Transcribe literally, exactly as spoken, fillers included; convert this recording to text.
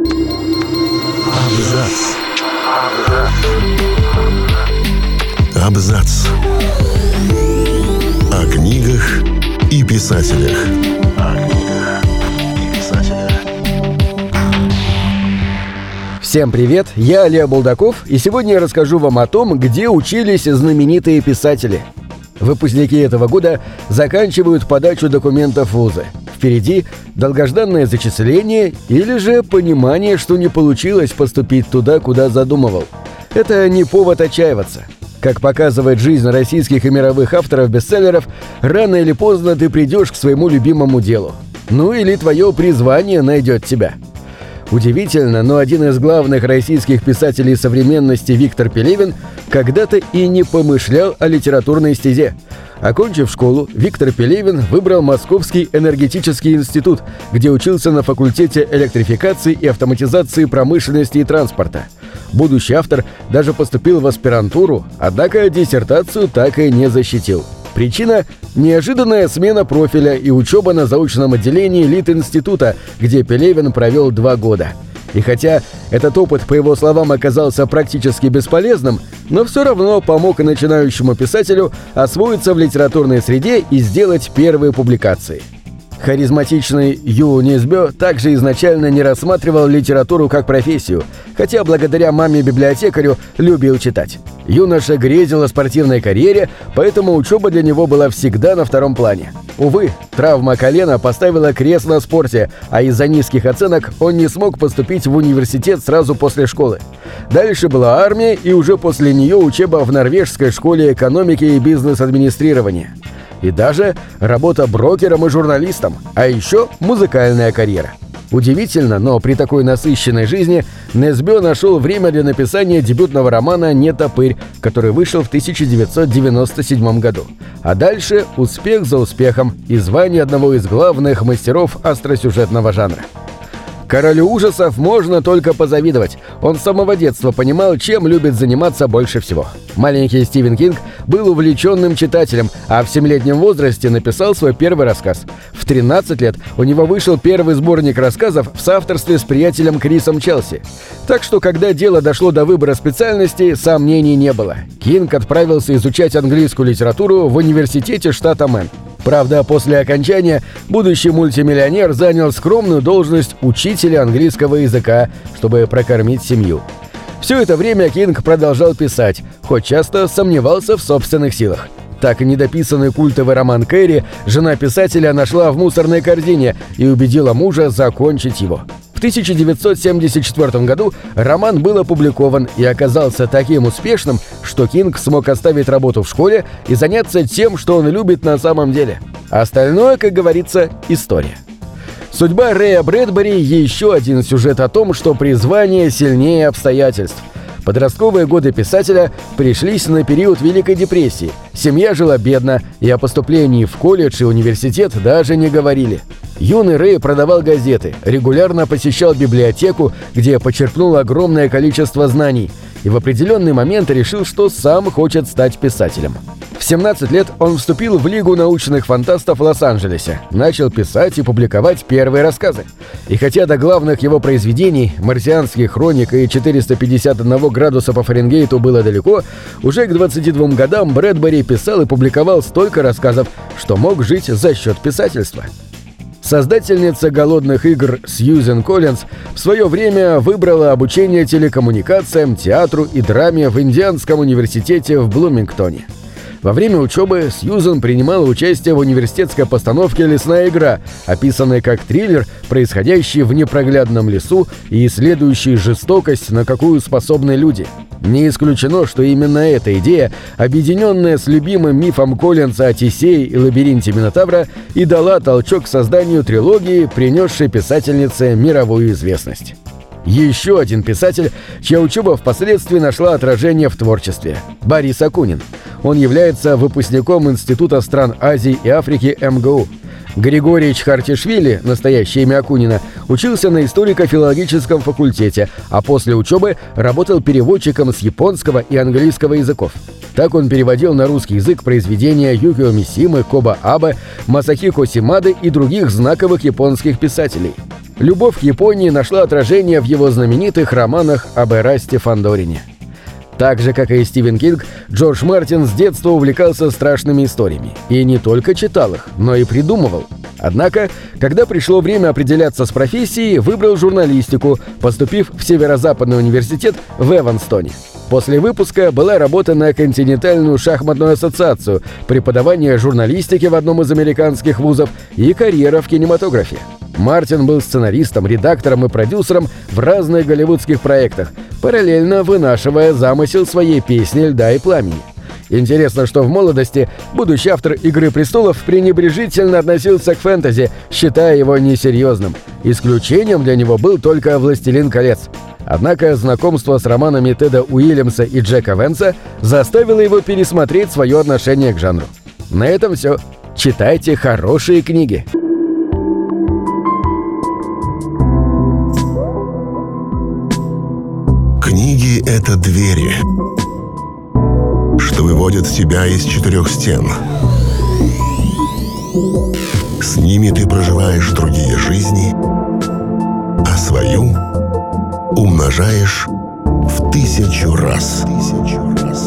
Абзац. Абзац. О книгах и писателях. Всем привет, я Олег Булдаков, и сегодня я расскажу вам о том, где учились знаменитые писатели. Выпускники этого года заканчивают подачу документов в вузы. Впереди долгожданное зачисление или же понимание, что не получилось поступить туда, куда задумывал. Это не повод отчаиваться. Как показывает жизнь российских и мировых авторов бестселлеров, рано или поздно ты придешь к своему любимому делу. Ну или твое призвание найдет тебя. Удивительно, но один из главных российских писателей современности Виктор Пелевин когда-то и не помышлял о литературной стезе. Окончив школу, Виктор Пелевин выбрал Московский энергетический институт, где учился на факультете электрификации и автоматизации промышленности и транспорта. Будущий автор даже поступил в аспирантуру, однако диссертацию так и не защитил. Причина – неожиданная смена профиля и учеба на заочном отделении Литинститута, где Пелевин провел два года. И хотя этот опыт, по его словам, оказался практически бесполезным, но все равно помог начинающему писателю освоиться в литературной среде и сделать первые публикации. Харизматичный Ю Несбё также изначально не рассматривал литературу как профессию, хотя благодаря маме-библиотекарю любил читать. Юноша грезил о спортивной карьере, поэтому учеба для него была всегда на втором плане. Увы, травма колена поставила крест на спорте, а из-за низких оценок он не смог поступить в университет сразу после школы. Дальше была армия и уже после нее учеба в Норвежской школе экономики и бизнес-администрирования. И даже работа брокером и журналистом, а еще музыкальная карьера. Удивительно, но при такой насыщенной жизни Несбё нашел время для написания дебютного романа «Нетопырь», который вышел в тысяча девятьсот девяносто седьмом году. А дальше успех за успехом и звание одного из главных мастеров остросюжетного жанра. Королю ужасов можно только позавидовать. Он с самого детства понимал, чем любит заниматься больше всего. Маленький Стивен Кинг был увлеченным читателем, а в семилетнем возрасте написал свой первый рассказ. В тринадцать лет у него вышел первый сборник рассказов в соавторстве с приятелем Крисом Челси. Так что, когда дело дошло до выбора специальности, сомнений не было. Кинг отправился изучать английскую литературу в университете штата Мэн. Правда, после окончания будущий мультимиллионер занял скромную должность учителя английского языка, чтобы прокормить семью. Все это время Кинг продолжал писать, хоть часто сомневался в собственных силах. Так и недописанный культовый роман «Кэрри» жена писателя нашла в мусорной корзине и убедила мужа закончить его. В тысяча девятьсот семьдесят четвёртом году роман был опубликован и оказался таким успешным, что Кинг смог оставить работу в школе и заняться тем, что он любит на самом деле. Остальное, как говорится, история. Судьба Рэя Брэдбери – еще один сюжет о том, что призвание сильнее обстоятельств. Подростковые годы писателя пришлись на период Великой депрессии. Семья жила бедно, и о поступлении в колледж и университет даже не говорили. Юный Рэй продавал газеты, регулярно посещал библиотеку, где почерпнул огромное количество знаний, и в определенный момент решил, что сам хочет стать писателем. В семнадцать лет он вступил в Лигу научных фантастов в Лос-Анджелесе, начал писать и публиковать первые рассказы. И хотя до главных его произведений «Марсианских хроник» и «четыреста пятьдесят один градуса по Фаренгейту» было далеко, уже к двадцати двум годам Брэдбери писал и публиковал столько рассказов, что мог жить за счет писательства. Создательница «Голодных игр» Сьюзен Коллинз в свое время выбрала обучение телекоммуникациям, театру и драме в Индианском университете в Блумингтоне. Во время учебы Сьюзен принимала участие в университетской постановке «Лесная игра», описанной как триллер, происходящий в непроглядном лесу и исследующий жестокость, на какую способны люди. Не исключено, что именно эта идея, объединенная с любимым мифом Коллинза о Тесее и лабиринте Минотавра, и дала толчок к созданию трилогии, принесшей писательнице мировую известность. Еще один писатель, чья учеба впоследствии нашла отражение в творчестве – Борис Акунин. Он является выпускником Института стран Азии и Африки эм гэ у. Григорий Чхартишвили, настоящее имя Акунина, учился на историко-филологическом факультете, а после учебы работал переводчиком с японского и английского языков. Так он переводил на русский язык произведения Юкио Мисимы, Коба Абе, Масахико Симады и других знаковых японских писателей. Любовь к Японии нашла отражение в его знаменитых романах об Эрасте Фандорине. Так же, как и Стивен Кинг, Джордж Мартин с детства увлекался страшными историями. И не только читал их, но и придумывал. Однако, когда пришло время определяться с профессией, выбрал журналистику, поступив в Северо-Западный университет в Эванстоне. После выпуска была работа на Континентальную шахматную ассоциацию, преподавание журналистики в одном из американских вузов и карьера в кинематографе. Мартин был сценаристом, редактором и продюсером в разных голливудских проектах, параллельно вынашивая замысел своей песни «Льда и пламени». Интересно, что в молодости будущий автор «Игры престолов» пренебрежительно относился к фэнтези, считая его несерьезным. Исключением для него был только «Властелин колец». Однако знакомство с романами Теда Уильямса и Джека Венса заставило его пересмотреть свое отношение к жанру. На этом все. Читайте хорошие книги. Книги — это двери, что выводят тебя из четырех стен. С ними ты проживаешь другие жизни, а свою умножаешь в тысячу раз. Тысячу раз.